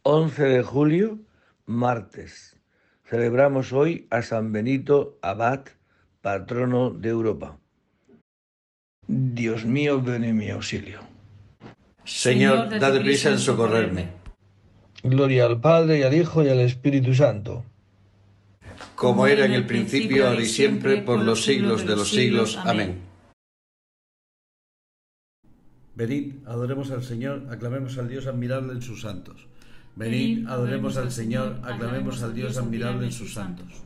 11 de julio, martes. Celebramos hoy a San Benito Abad, patrono de Europa. Dios mío, ven en mi auxilio. Señor, date prisa en socorrerme. Gloria al Padre, y al Hijo, y al Espíritu Santo. Como era en el principio, ahora y siempre, por los siglos de los siglos. Amén. Venid, adoremos al Señor, aclamemos al Dios admirable en sus santos. Venid, adoremos al Señor, aclamemos al Dios admirable en sus santos.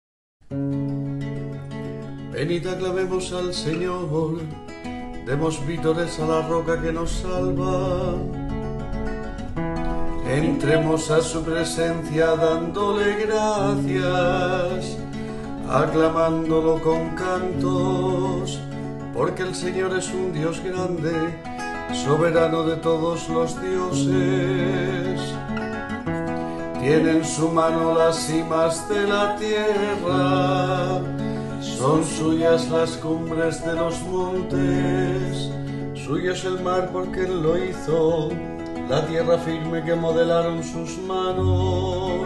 Venid, aclamemos al Señor, demos vítores a la roca que nos salva. Entremos a su presencia dándole gracias, aclamándolo con cantos, porque el Señor es un Dios grande, soberano de todos los dioses. Tiene en su mano las cimas de la tierra, son suyas las cumbres de los montes, suyo es el mar porque Él lo hizo, la tierra firme que modelaron sus manos.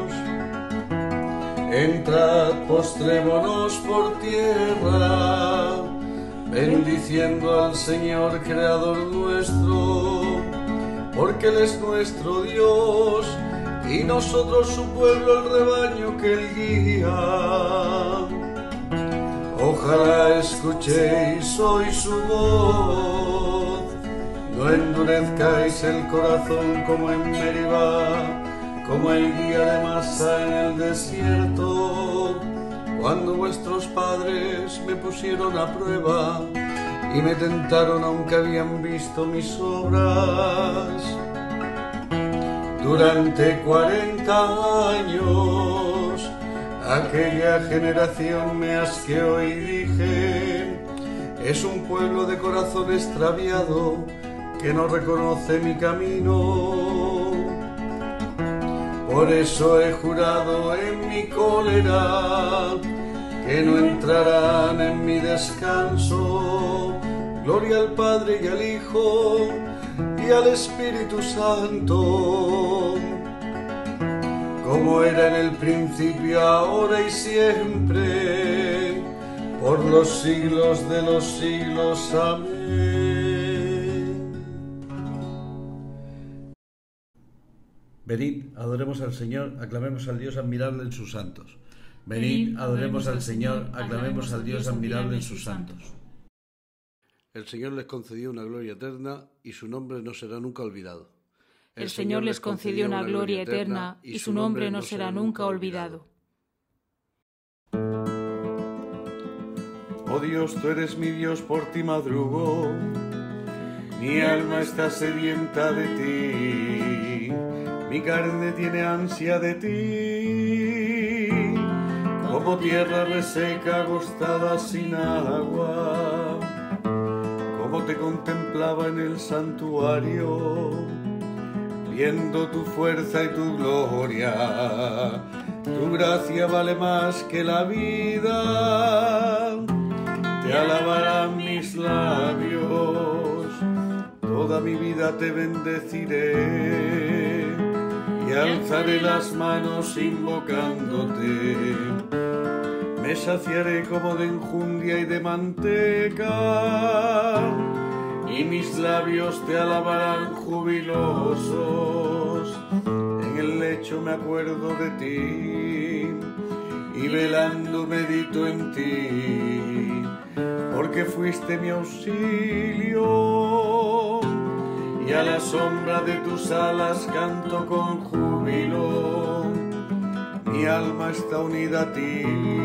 Entrad, postrémonos por tierra, bendiciendo al Señor, Creador nuestro, porque Él es nuestro Dios, y nosotros su pueblo, el rebaño que Él guía. Ojalá escuchéis hoy su voz, no endurezcáis el corazón como en Meribá, como el día de Masá en el desierto, cuando vuestros padres me pusieron a prueba y me tentaron aunque habían visto mis obras. Durante 40 años aquella generación me asqueó y dije: es un pueblo de corazón extraviado que no reconoce mi camino. Por eso he jurado en mi cólera que no entrarán en mi descanso. Gloria al Padre y al Hijo y al Espíritu Santo, como era en el principio, ahora y siempre, por los siglos de los siglos. Amén. Venid, adoremos al Señor, aclamemos al Dios admirable en sus santos. Venid, adoremos al Señor, aclamemos al Dios admirable en sus santos. El Señor les concedió una gloria eterna y su nombre no será nunca olvidado. El Señor les concedió una gloria eterna y su nombre no será nunca olvidado. Oh Dios, tú eres mi Dios, por ti madrugo, mi alma está sedienta de ti, mi carne tiene ansia de ti, como tierra reseca, agostada sin agua, como te contemplaba en el santuario, viendo tu fuerza y tu gloria. Tu gracia vale más que la vida, te alabarán mis labios, toda mi vida te bendeciré y alzaré las manos invocándote. Me saciaré como de enjundia y de manteca, y mis labios te alabarán jubilosos. En el lecho me acuerdo de ti y velando medito en ti, porque fuiste mi auxilio y a la sombra de tus alas canto con júbilo. Mi alma está unida a ti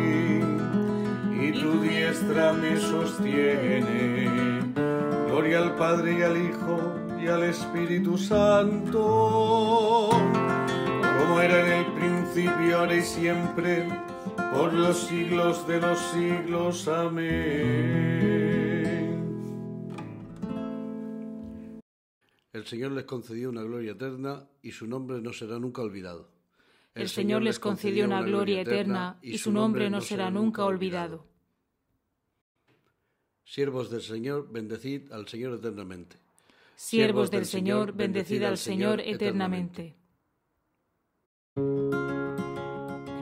y tu diestra me sostiene. Gloria al Padre y al Hijo y al Espíritu Santo, como era en el principio, ahora y siempre, por los siglos de los siglos. Amén. El Señor les concedió una gloria eterna y su nombre no será nunca olvidado. El Señor les concedió una gloria eterna y su nombre no será nunca olvidado. Siervos del Señor, bendecid al Señor eternamente. Siervos del Señor, bendecid al Señor eternamente.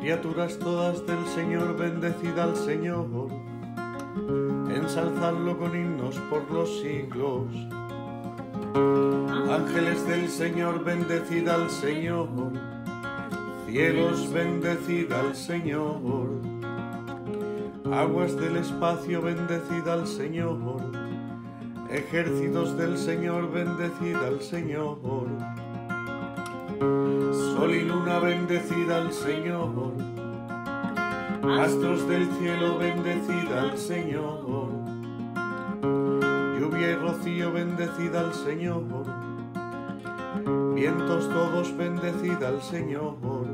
Criaturas todas del Señor, bendecid al Señor, ensalzadlo con himnos por los siglos. Ángeles del Señor, bendecid al Señor, cielos, bendecid al Señor, aguas del espacio, bendecid al Señor, ejércitos del Señor, bendecid al Señor, sol y luna, bendecid al Señor, astros del cielo, bendecid al Señor, lluvia y rocío, bendecid al Señor, vientos todos, bendecid al Señor,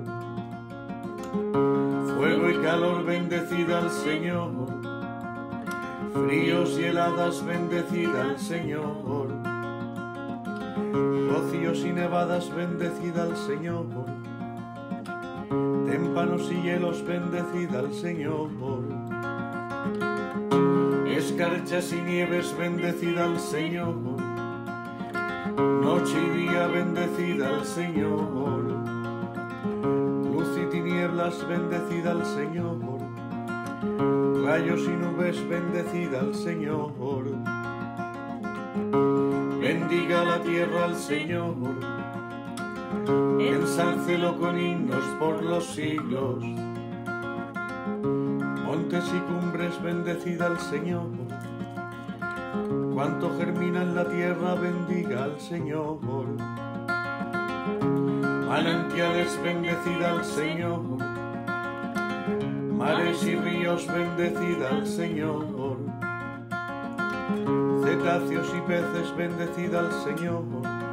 fuego y calor, bendecid al Señor, fríos y heladas, bendecid al Señor, rocíos y nevadas, bendecid al Señor, témpanos y hielos, bendecid al Señor, escarchas y nieves, bendecid al Señor, noche y día, bendecid al Señor, luz y tinieblas, bendecid al Señor, rayos y nubes, bendecid al Señor. Bendiga la tierra al Señor, ensálcelo con himnos por los siglos. Montes y cumbres, bendecid al Señor, cuanto germina en la tierra, bendiga al Señor. Manantiales, bendecid al Señor, mares y ríos, bendecid al Señor, cetáceos y peces, bendecid al Señor,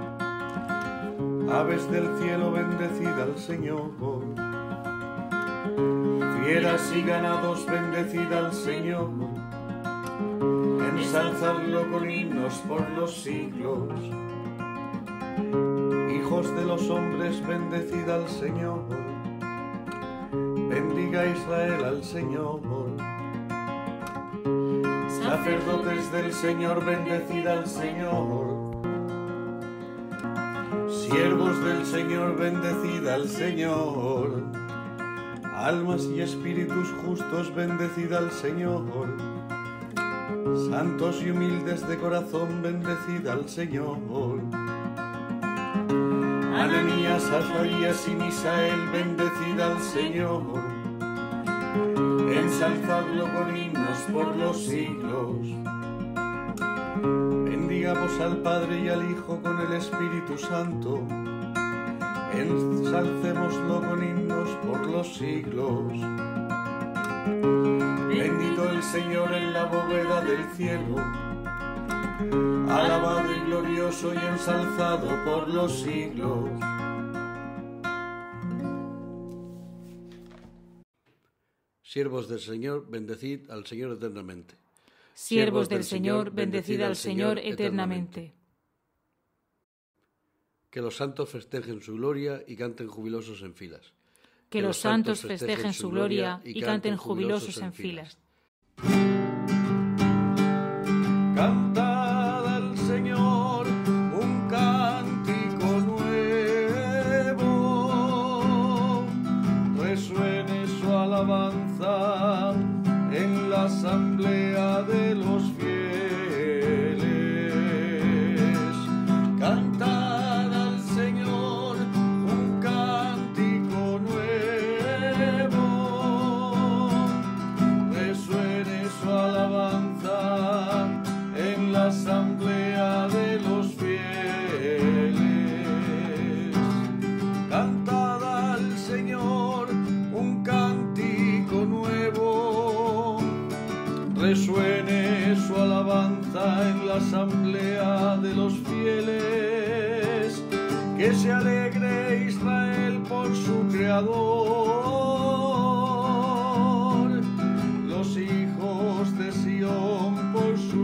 aves del cielo, bendecid al Señor, fieras y ganados, bendecid al Señor, ensalzadlo con himnos por los siglos. Hijos de los hombres, bendecid al Señor, bendiga Israel al Señor. Sacerdotes del Señor, bendecid al Señor. Siervos del Señor, bendecid al Señor. Almas y espíritus justos, bendecid al Señor. Santos y humildes de corazón, bendecid al Señor. Ananías, Azarías y Misael, bendecid al Señor. Ensalzadlo con himnos por los siglos. Bendigamos al Padre y al Hijo con el Espíritu Santo. Ensalcémoslo con himnos por los siglos. Bendito el Señor en la bóveda del cielo, alabado y glorioso y ensalzado por los siglos. Siervos del Señor, bendecid al Señor eternamente. Siervos del Señor, bendecid al Señor eternamente. Que los santos festejen su gloria y canten jubilosos en filas. Que los santos festejen su gloria y canten jubilosos en filas. Cantad al Señor un cántico nuevo, resuene su alabanza en la asamblea de los fieles. Cantad al Señor un cántico nuevo, resuene su alabanza en la asamblea de los fieles. Cantad al Señor un cántico nuevo, resuene su alabanza en la asamblea de los fieles. Que se alegre Israel por su Creador, los hijos de Sión por su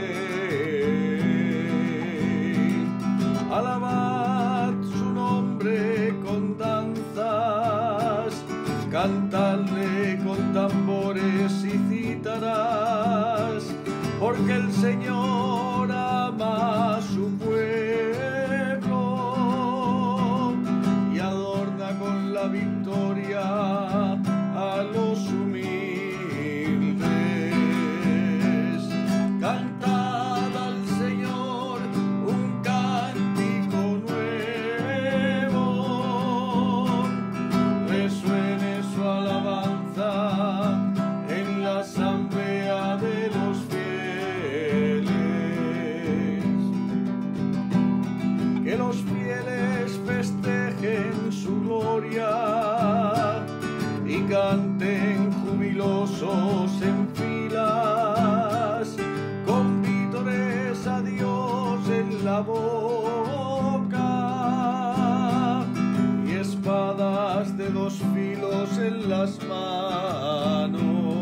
Rey. Alabad su nombre con danzas, cantadle con tambores y cítaras, porque el Señor ama a su pueblo y adorna con la victoria fieles festejen su gloria y canten jubilosos en filas, con vítores a Dios en la boca y espadas de dos filos en las manos,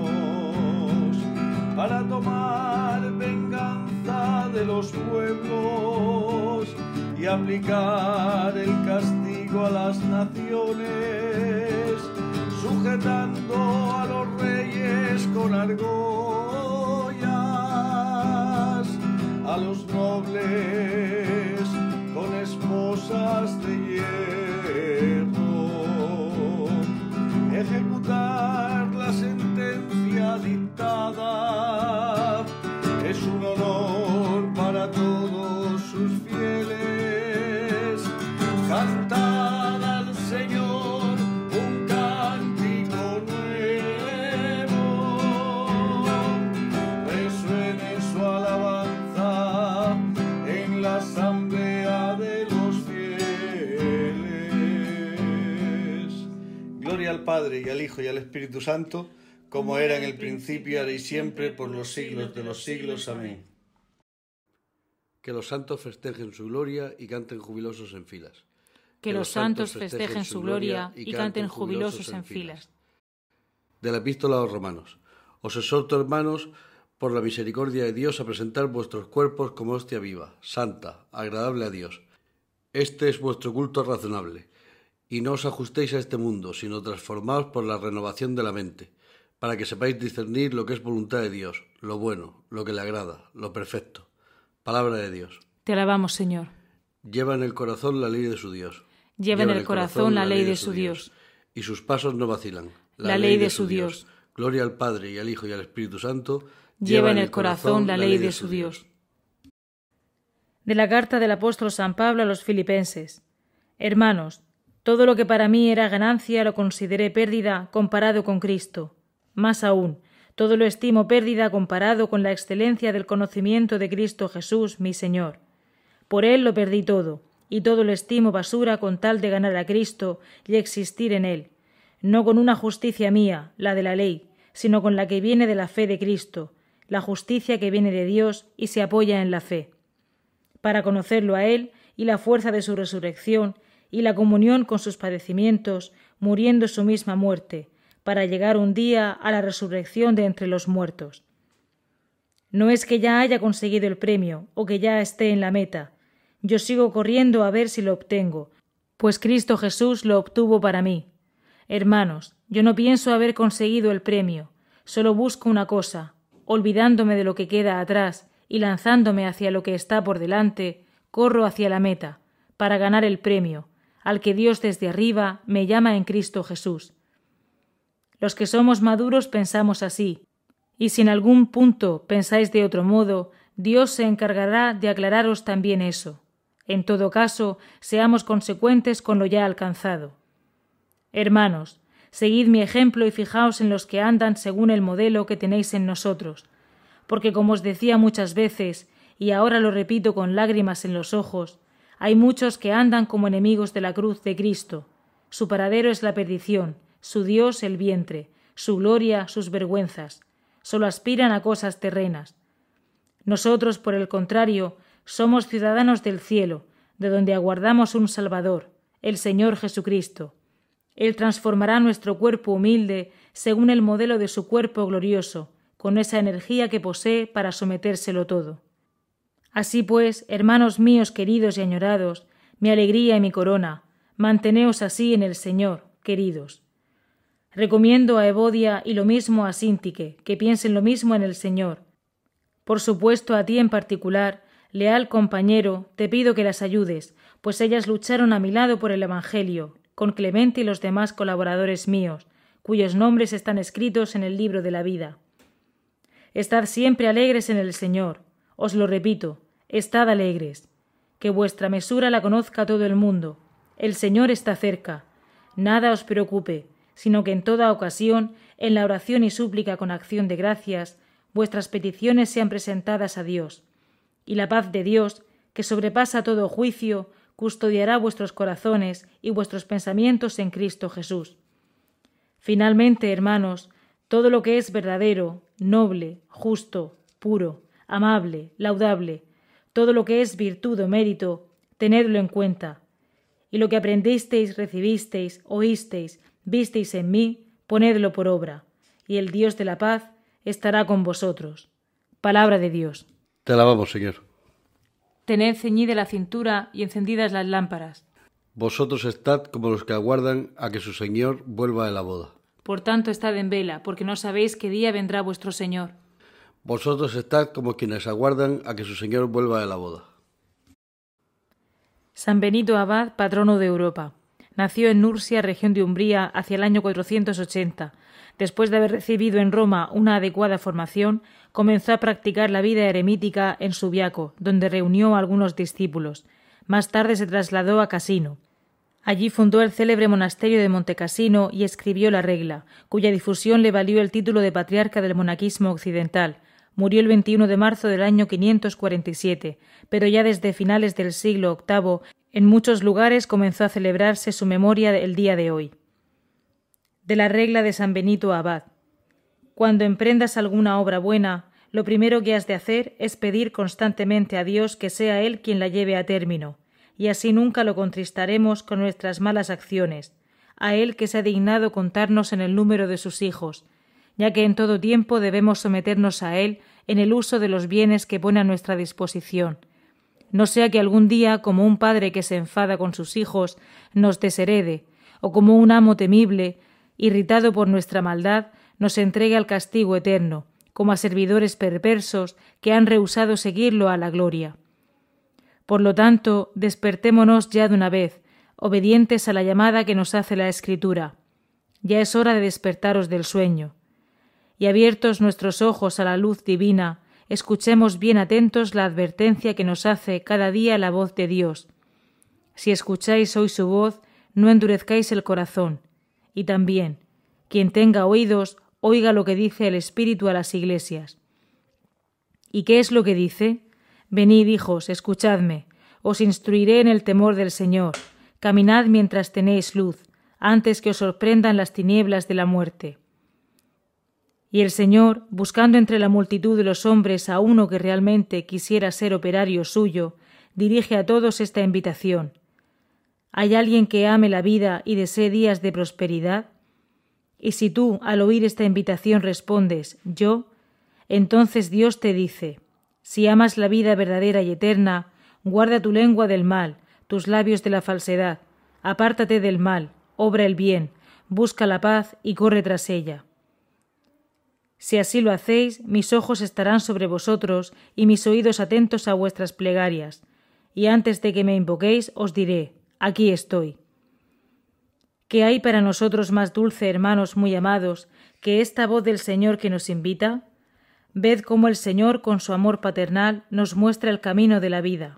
para tomar venganza de los pueblos y aplicar el castigo a las naciones, sujetando a los reyes con argollas, a los nobles con esposas de hierro, ejecutar la sentencia dictada es un honor para todos sus fieles. Cantad al Señor un cántico nuevo, resuene su alabanza en la asamblea de los fieles. Gloria al Padre y al Hijo y al Espíritu Santo, como era en el principio, ahora y siempre, por los siglos de los siglos. Amén. Que los santos festejen su gloria y canten jubilosos en filas. Que los santos festejen su gloria y canten jubilosos en filas. De la Epístola a los Romanos. Os exhorto, hermanos, por la misericordia de Dios, a presentar vuestros cuerpos como hostia viva, santa, agradable a Dios. Este es vuestro culto razonable. Y no os ajustéis a este mundo, sino transformaos por la renovación de la mente, para que sepáis discernir lo que es voluntad de Dios, lo bueno, lo que le agrada, lo perfecto. Palabra de Dios. Te alabamos, Señor. Lleva en el corazón la ley de su Dios. Lleva en el corazón la ley de su Dios. Y sus pasos no vacilan. La ley de su Dios. Gloria al Padre y al Hijo y al Espíritu Santo. Lleva en el corazón la ley de su Dios. De la carta del apóstol San Pablo a los Filipenses. Hermanos, todo lo que para mí era ganancia lo consideré pérdida comparado con Cristo. Más aún, todo lo estimo pérdida comparado con la excelencia del conocimiento de Cristo Jesús, mi Señor. Por Él lo perdí todo, y todo lo estimo basura con tal de ganar a Cristo y existir en Él, no con una justicia mía, la de la ley, sino con la que viene de la fe de Cristo, la justicia que viene de Dios y se apoya en la fe, para conocerlo a Él y la fuerza de su resurrección y la comunión con sus padecimientos, muriendo su misma muerte, para llegar un día a la resurrección de entre los muertos. No es que ya haya conseguido el premio o que ya esté en la meta. Yo sigo corriendo a ver si lo obtengo, pues Cristo Jesús lo obtuvo para mí. Hermanos, yo no pienso haber conseguido el premio, solo busco una cosa, olvidándome de lo que queda atrás y lanzándome hacia lo que está por delante, corro hacia la meta, para ganar el premio, al que Dios desde arriba me llama en Cristo Jesús. Los que somos maduros pensamos así, y si en algún punto pensáis de otro modo, Dios se encargará de aclararos también eso. En todo caso, seamos consecuentes con lo ya alcanzado. Hermanos, seguid mi ejemplo y fijaos en los que andan según el modelo que tenéis en nosotros, porque como os decía muchas veces, y ahora lo repito con lágrimas en los ojos, hay muchos que andan como enemigos de la cruz de Cristo. Su paradero es la perdición, su Dios el vientre, su gloria sus vergüenzas. Solo aspiran a cosas terrenas. Nosotros, por el contrario, somos ciudadanos del cielo, de donde aguardamos un Salvador, el Señor Jesucristo. Él transformará nuestro cuerpo humilde según el modelo de su cuerpo glorioso, con esa energía que posee para sometérselo todo. Así pues, hermanos míos queridos y añorados, mi alegría y mi corona, manteneos así en el Señor, queridos. Recomiendo a Evodia y lo mismo a Síntique, que piensen lo mismo en el Señor. Por supuesto, a ti en particular, leal compañero, te pido que las ayudes, pues ellas lucharon a mi lado por el Evangelio, con Clemente y los demás colaboradores míos, cuyos nombres están escritos en el libro de la vida. Estad siempre alegres en el Señor. Os lo repito, estad alegres. Que vuestra mesura la conozca todo el mundo. El Señor está cerca. Nada os preocupe, sino que en toda ocasión, en la oración y súplica con acción de gracias, vuestras peticiones sean presentadas a Dios. Y la paz de Dios, que sobrepasa todo juicio, custodiará vuestros corazones y vuestros pensamientos en Cristo Jesús. Finalmente, hermanos, todo lo que es verdadero, noble, justo, puro, amable, laudable, todo lo que es virtud o mérito, tenedlo en cuenta. Y lo que aprendisteis, recibisteis, oísteis, visteis en mí, ponedlo por obra, y el Dios de la paz estará con vosotros. Palabra de Dios. Te alabamos, Señor. Tened ceñida la cintura y encendidas las lámparas. Vosotros estad como los que aguardan a que su Señor vuelva de la boda. Por tanto, estad en vela, porque no sabéis qué día vendrá vuestro Señor. Vosotros estad como quienes aguardan a que su Señor vuelva de la boda. San Benito Abad, patrono de Europa. Nació en Nursia, región de Umbría, hacia el año 480. Después de haber recibido en Roma una adecuada formación, comenzó a practicar la vida eremítica en Subiaco, donde reunió a algunos discípulos. Más tarde se trasladó a Casino. Allí fundó el célebre monasterio de Montecassino y escribió la Regla, cuya difusión le valió el título de patriarca del monaquismo occidental. Murió el 21 de marzo del año 547, pero ya desde finales del siglo VIII, en muchos lugares comenzó a celebrarse su memoria el día de hoy. De la Regla de San Benito Abad. Cuando emprendas alguna obra buena, lo primero que has de hacer es pedir constantemente a Dios que sea Él quien la lleve a término, y así nunca lo contristaremos con nuestras malas acciones, a Él que se ha dignado contarnos en el número de sus hijos, ya que en todo tiempo debemos someternos a Él en el uso de los bienes que pone a nuestra disposición. No sea que algún día, como un padre que se enfada con sus hijos, nos desherede, o como un amo temible, irritado por nuestra maldad, nos entregue al castigo eterno, como a servidores perversos que han rehusado seguirlo a la gloria. Por lo tanto, despertémonos ya de una vez, obedientes a la llamada que nos hace la Escritura. Ya es hora de despertaros del sueño. Y abiertos nuestros ojos a la luz divina, escuchemos bien atentos la advertencia que nos hace cada día la voz de Dios. Si escucháis hoy su voz, no endurezcáis el corazón. Y también, quien tenga oídos, oiga lo que dice el Espíritu a las iglesias. ¿Y qué es lo que dice? Venid, hijos, escuchadme, os instruiré en el temor del Señor, caminad mientras tenéis luz, antes que os sorprendan las tinieblas de la muerte. Y el Señor, buscando entre la multitud de los hombres a uno que realmente quisiera ser operario suyo, dirige a todos esta invitación. ¿Hay alguien que ame la vida y desee días de prosperidad? Y si tú, al oír esta invitación, respondes, yo, entonces Dios te dice, si amas la vida verdadera y eterna, guarda tu lengua del mal, tus labios de la falsedad, apártate del mal, obra el bien, busca la paz y corre tras ella. Si así lo hacéis, mis ojos estarán sobre vosotros y mis oídos atentos a vuestras plegarias, y antes de que me invoquéis os diré, aquí estoy. ¿Qué hay para nosotros más dulce, hermanos muy amados, que esta voz del Señor que nos invita? Ved cómo el Señor, con su amor paternal, nos muestra el camino de la vida.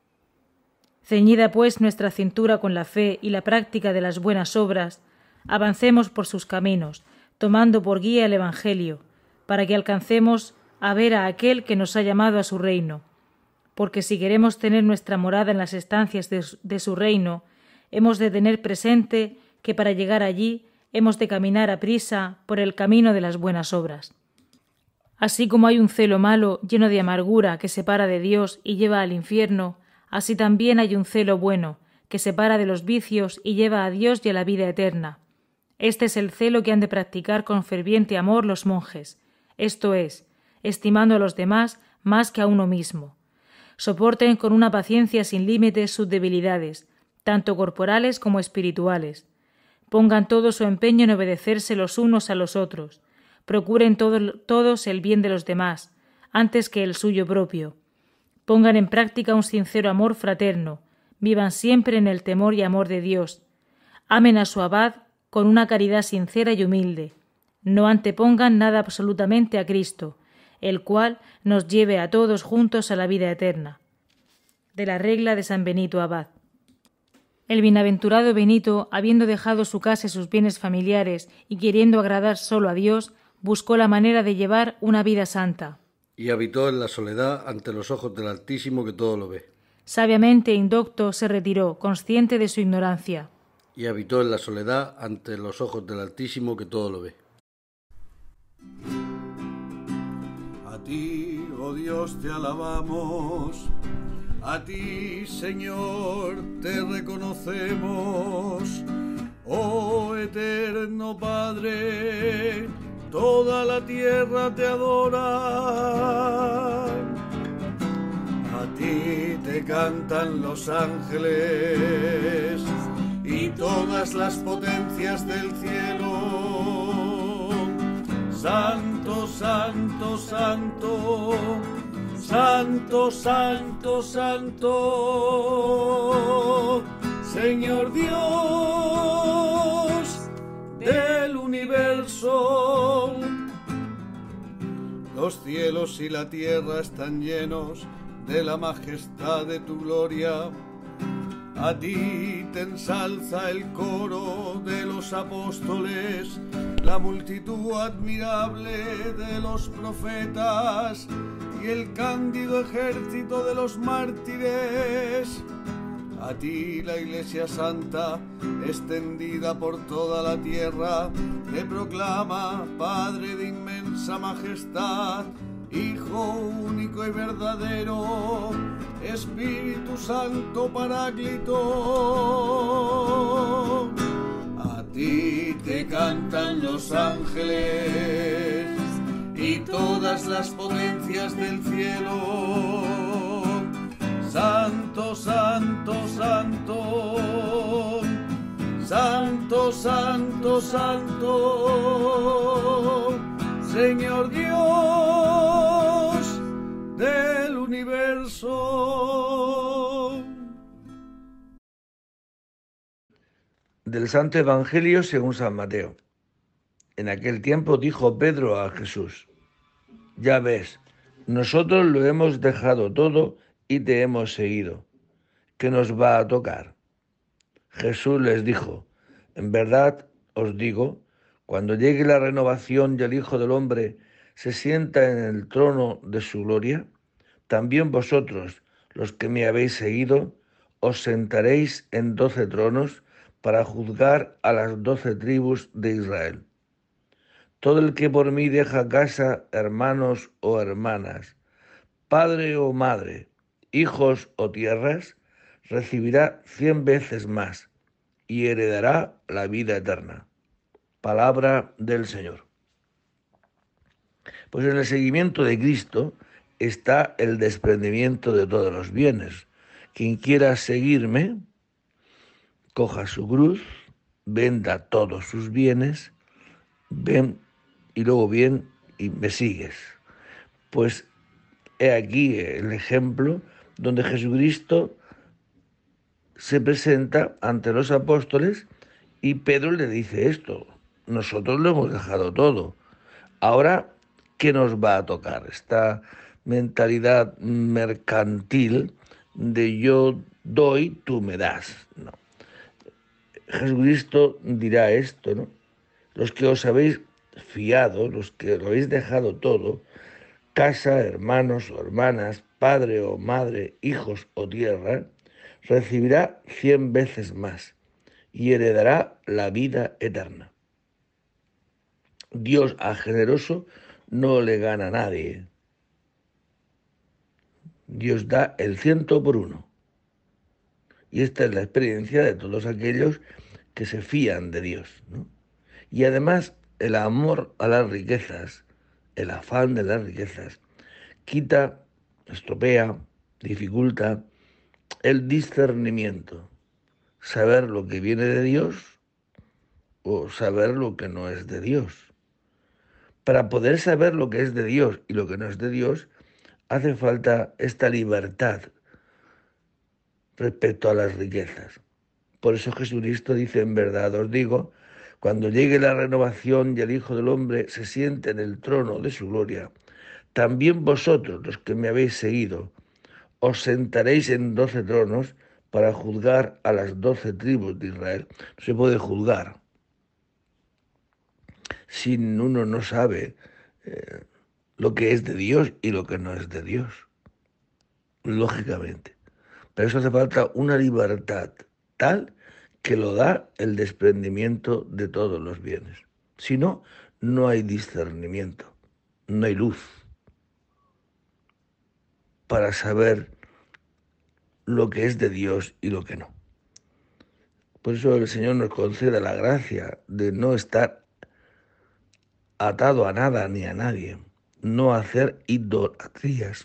Ceñida pues nuestra cintura con la fe y la práctica de las buenas obras, avancemos por sus caminos, tomando por guía el Evangelio, para que alcancemos a ver a aquel que nos ha llamado a su reino. Porque si queremos tener nuestra morada en las estancias de su reino, hemos de tener presente que para llegar allí hemos de caminar aprisa por el camino de las buenas obras. Así como hay un celo malo, lleno de amargura, que separa de Dios y lleva al infierno, así también hay un celo bueno, que separa de los vicios y lleva a Dios y a la vida eterna. Este es el celo que han de practicar con ferviente amor los monjes, esto es, estimando a los demás más que a uno mismo. Soporten con una paciencia sin límites sus debilidades, tanto corporales como espirituales. Pongan todo su empeño en obedecerse los unos a los otros. Procuren todos el bien de los demás, antes que el suyo propio. Pongan en práctica un sincero amor fraterno. Vivan siempre en el temor y amor de Dios. Amen a su abad con una caridad sincera y humilde. No antepongan nada absolutamente a Cristo, el cual nos lleve a todos juntos a la vida eterna. De la Regla de San Benito Abad. El bienaventurado Benito, habiendo dejado su casa y sus bienes familiares y queriendo agradar solo a Dios, buscó la manera de llevar una vida santa. Y habitó en la soledad ante los ojos del Altísimo que todo lo ve. Sabiamente e indocto se retiró, consciente de su ignorancia. Y habitó en la soledad ante los ojos del Altísimo que todo lo ve. A ti, oh Dios, te alabamos. A ti, Señor, te reconocemos. Oh eterno Padre, toda la tierra te adora. A ti te cantan los ángeles y todas las potencias del cielo. Santo, santo, santo, santo, santo, santo, Señor Dios del universo. Los cielos y la tierra están llenos de la majestad de tu gloria. A ti te ensalza el coro de los apóstoles, la multitud admirable de los profetas y el cándido ejército de los mártires. A ti la Iglesia Santa, extendida por toda la tierra, te proclama Padre de inmensa majestad, Hijo único y verdadero, Espíritu Santo Paráclito. A ti te cantan los ángeles y todas las potencias del cielo. Santo, santo, santo, santo, santo, santo, Señor Dios del universo. Del Santo Evangelio según San Mateo. En aquel tiempo dijo Pedro a Jesús: ya ves, nosotros lo hemos dejado todo y te hemos seguido. ¿Qué nos va a tocar? Jesús les dijo: en verdad os digo, cuando llegue la renovación y el Hijo del Hombre se sienta en el trono de su gloria, también vosotros, los que me habéis seguido, os sentaréis en 12 tronos para juzgar a las 12 tribus de Israel. Todo el que por mí deja casa, hermanos o hermanas, padre o madre, hijos o tierras, recibirá 100 veces más y heredará la vida eterna. Palabra del Señor. Pues en el seguimiento de Cristo está el desprendimiento de todos los bienes. Quien quiera seguirme, coja su cruz, venda todos sus bienes, ven y luego bien y me sigues. Pues he aquí el ejemplo donde Jesucristo se presenta ante los apóstoles y Pedro le dice esto: nosotros lo hemos dejado todo. Ahora, ¿qué nos va a tocar? Esta mentalidad mercantil de yo doy, tú me das. No. Jesucristo dirá esto, ¿no? Los que os habéis fiado, los que lo habéis dejado todo, casa, hermanos o hermanas, padre o madre, hijos o tierra, recibirá 100 veces más y heredará la vida eterna. Dios a generoso no le gana a nadie. Dios da el 100 por 1. Y esta es la experiencia de todos aquellos que se fían de Dios, ¿no? Y además el amor a las riquezas, el afán de las riquezas, quita, estropea, dificulta el discernimiento, saber lo que viene de Dios o saber lo que no es de Dios. Para poder saber lo que es de Dios y lo que no es de Dios, hace falta esta libertad respecto a las riquezas. Por eso Jesucristo dice: en verdad os digo, cuando llegue la renovación y el Hijo del Hombre se siente en el trono de su gloria, también vosotros, los que me habéis seguido, os sentaréis en 12 tronos para juzgar a las 12 tribus de Israel. No se puede juzgar si uno no sabe lo que es de Dios y lo que no es de Dios, lógicamente. Pero eso hace falta una libertad tal que lo da el desprendimiento de todos los bienes. Si no, no hay discernimiento, no hay luz para saber lo que es de Dios y lo que no. Por eso el Señor nos concede la gracia de no estar atado a nada ni a nadie, no hacer idolatrías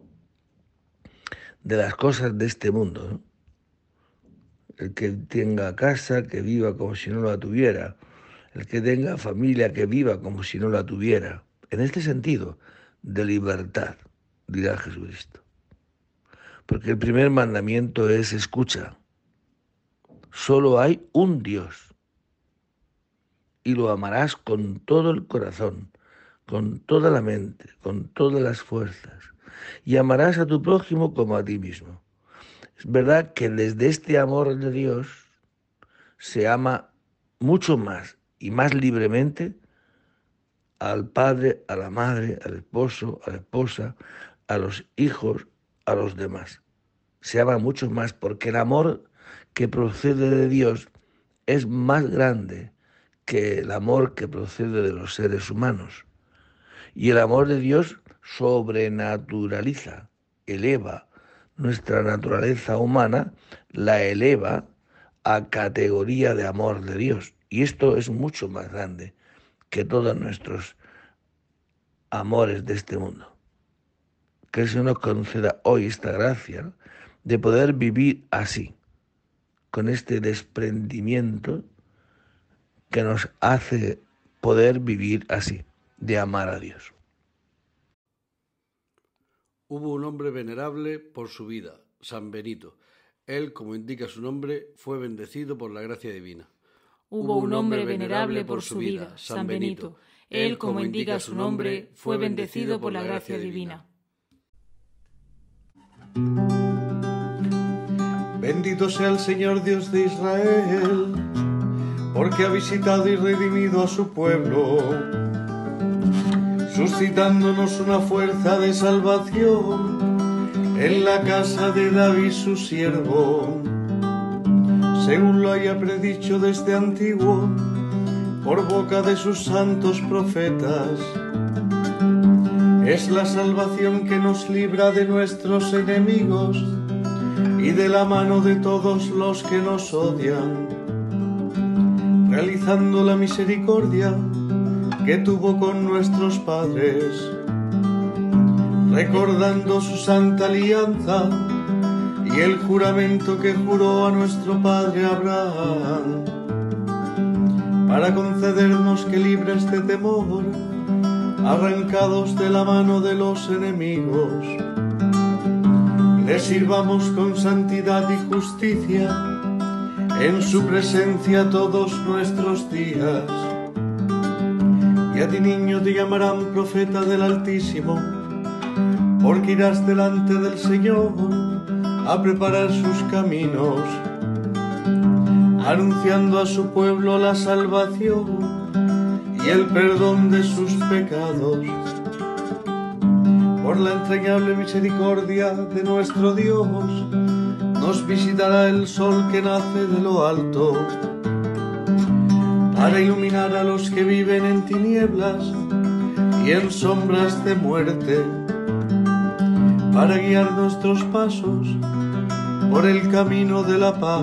de las cosas de este mundo, ¿no? El que tenga casa, que viva como si no la tuviera. El que tenga familia, que viva como si no la tuviera. En este sentido, de libertad, dirá Jesucristo. Porque el primer mandamiento es escucha. Solo hay un Dios. Y lo amarás con todo el corazón, con toda la mente, con todas las fuerzas. Y amarás a tu prójimo como a ti mismo. Es verdad que desde este amor de Dios se ama mucho más y más libremente al padre, a la madre, al esposo, a la esposa, a los hijos, a los demás. Se ama mucho más porque el amor que procede de Dios es más grande que el amor que procede de los seres humanos. Y el amor de Dios sobrenaturaliza, eleva nuestra naturaleza humana, la eleva a categoría de amor de Dios. Y esto es mucho más grande que todos nuestros amores de este mundo. Que el Señor nos conceda hoy esta gracia, ¿no?, de poder vivir así, con este desprendimiento que nos hace poder vivir así, de amar a Dios. Hubo un hombre venerable por su vida, San Benito. Él, como indica su nombre, fue bendecido por la gracia divina. Hubo un hombre venerable por su vida, San Benito. Él, como indica su nombre, fue bendecido por la gracia divina. Bendito sea el Señor Dios de Israel, porque ha visitado y redimido a su pueblo, suscitándonos una fuerza de salvación en la casa de David su siervo, según lo haya predicho desde antiguo por boca de sus santos profetas. Es la salvación que nos libra de nuestros enemigos y de la mano de todos los que nos odian, realizando la misericordia que tuvo con nuestros padres, recordando su santa alianza y el juramento que juró a nuestro padre Abraham, para concedernos que, libres de temor, arrancados de la mano de los enemigos, le sirvamos con santidad y justicia en su presencia todos nuestros días. Y a ti, niño, te llamarán profeta del Altísimo, porque irás delante del Señor a preparar sus caminos, anunciando a su pueblo la salvación y el perdón de sus pecados. Por la entrañable misericordia de nuestro Dios, nos visitará el sol que nace de lo alto, para iluminar a los que viven en tinieblas y en sombras de muerte, para guiar nuestros pasos por el camino de la paz.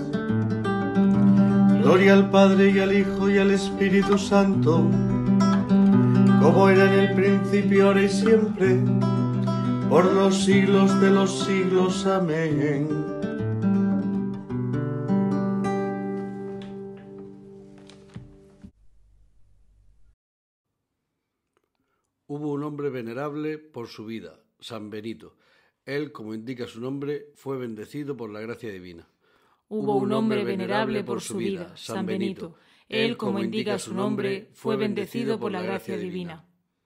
Gloria al Padre y al Hijo y al Espíritu Santo, como era en el principio, ahora y siempre, por los siglos de los siglos. Amén. Hubo un hombre venerable por su vida, San Benito. Él, como indica su nombre, fue bendecido por la gracia divina. Hubo un hombre venerable por su vida, San Benito. Él, como indica su nombre, fue bendecido por la gracia divina.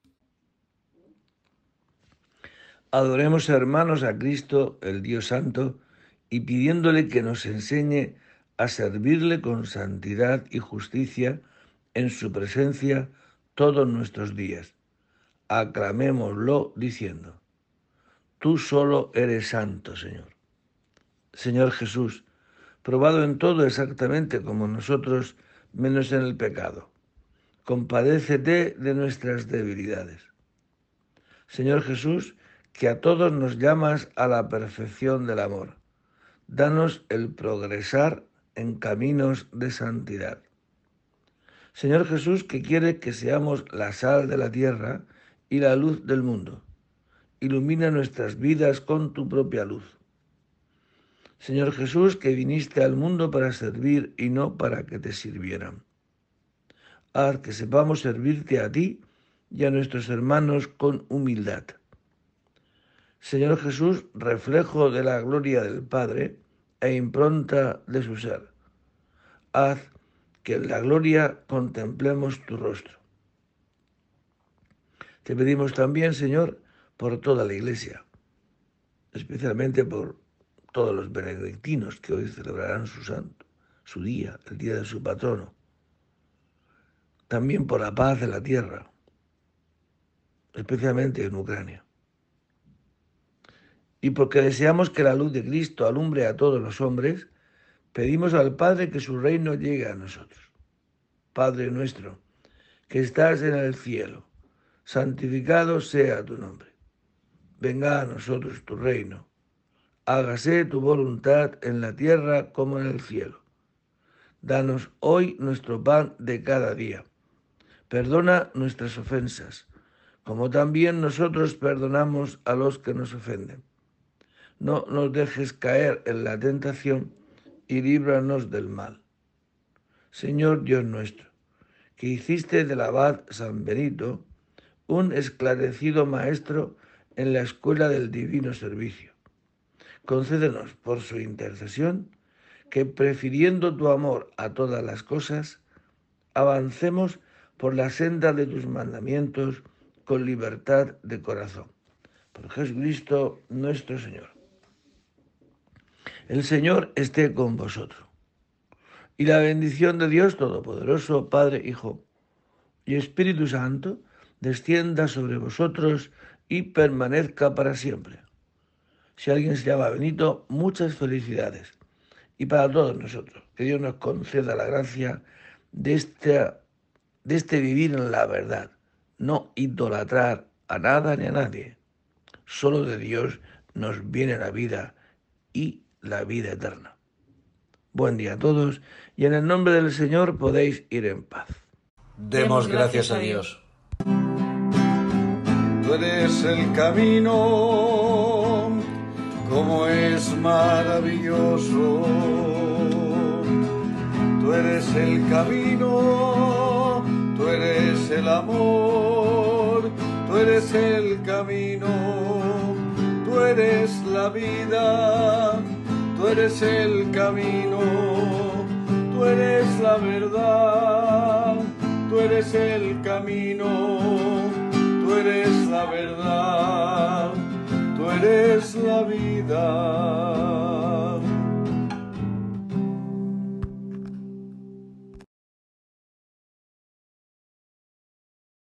Adoremos, hermanos, a Cristo, el Dios Santo, y pidiéndole que nos enseñe a servirle con santidad y justicia en su presencia todos nuestros días. Aclamémoslo diciendo: Tú solo eres santo, Señor. Señor Jesús, probado en todo exactamente como nosotros, menos en el pecado, compadécete de nuestras debilidades. Señor Jesús, que a todos nos llamas a la perfección del amor, danos el progresar en caminos de santidad. Señor Jesús, que quiere que seamos la sal de la tierra y la luz del mundo, ilumina nuestras vidas con tu propia luz. Señor Jesús, que viniste al mundo para servir y no para que te sirvieran. Haz que sepamos servirte a ti y a nuestros hermanos con humildad. Señor Jesús, reflejo de la gloria del Padre e impronta de su ser. Haz que en la gloria contemplemos tu rostro. Te pedimos también, Señor, por toda la Iglesia, especialmente por todos los benedictinos que hoy celebrarán su santo, su día, el día de su patrono. También por la paz de la tierra, especialmente en Ucrania. Y porque deseamos que la luz de Cristo alumbre a todos los hombres, pedimos al Padre que su reino llegue a nosotros. Padre nuestro, que estás en el cielo, santificado sea tu nombre. Venga a nosotros tu reino. Hágase tu voluntad en la tierra como en el cielo. Danos hoy nuestro pan de cada día. Perdona nuestras ofensas, como también nosotros perdonamos a los que nos ofenden. No nos dejes caer en la tentación y líbranos del mal. Señor Dios nuestro, que hiciste del abad San Benito un esclarecido maestro en la escuela del divino servicio, concédenos por su intercesión que, prefiriendo tu amor a todas las cosas, avancemos por la senda de tus mandamientos con libertad de corazón. Por Jesucristo nuestro Señor. El Señor esté con vosotros. Y la bendición de Dios Todopoderoso, Padre, Hijo y Espíritu Santo, descienda sobre vosotros y permanezca para siempre. Si alguien se llama Benito, muchas felicidades. Y para todos nosotros, que Dios nos conceda la gracia de este vivir en la verdad, no idolatrar a nada ni a nadie. Solo de Dios nos viene la vida y la vida eterna. Buen día a todos y en el nombre del Señor podéis ir en paz. Demos gracias a Dios. Tú eres el camino, como es maravilloso. Tú eres el camino, tú eres el amor, tú eres el camino, tú eres la vida, tú eres el camino, tú eres la verdad, tú eres el camino, tú eres la verdad, tú eres la vida.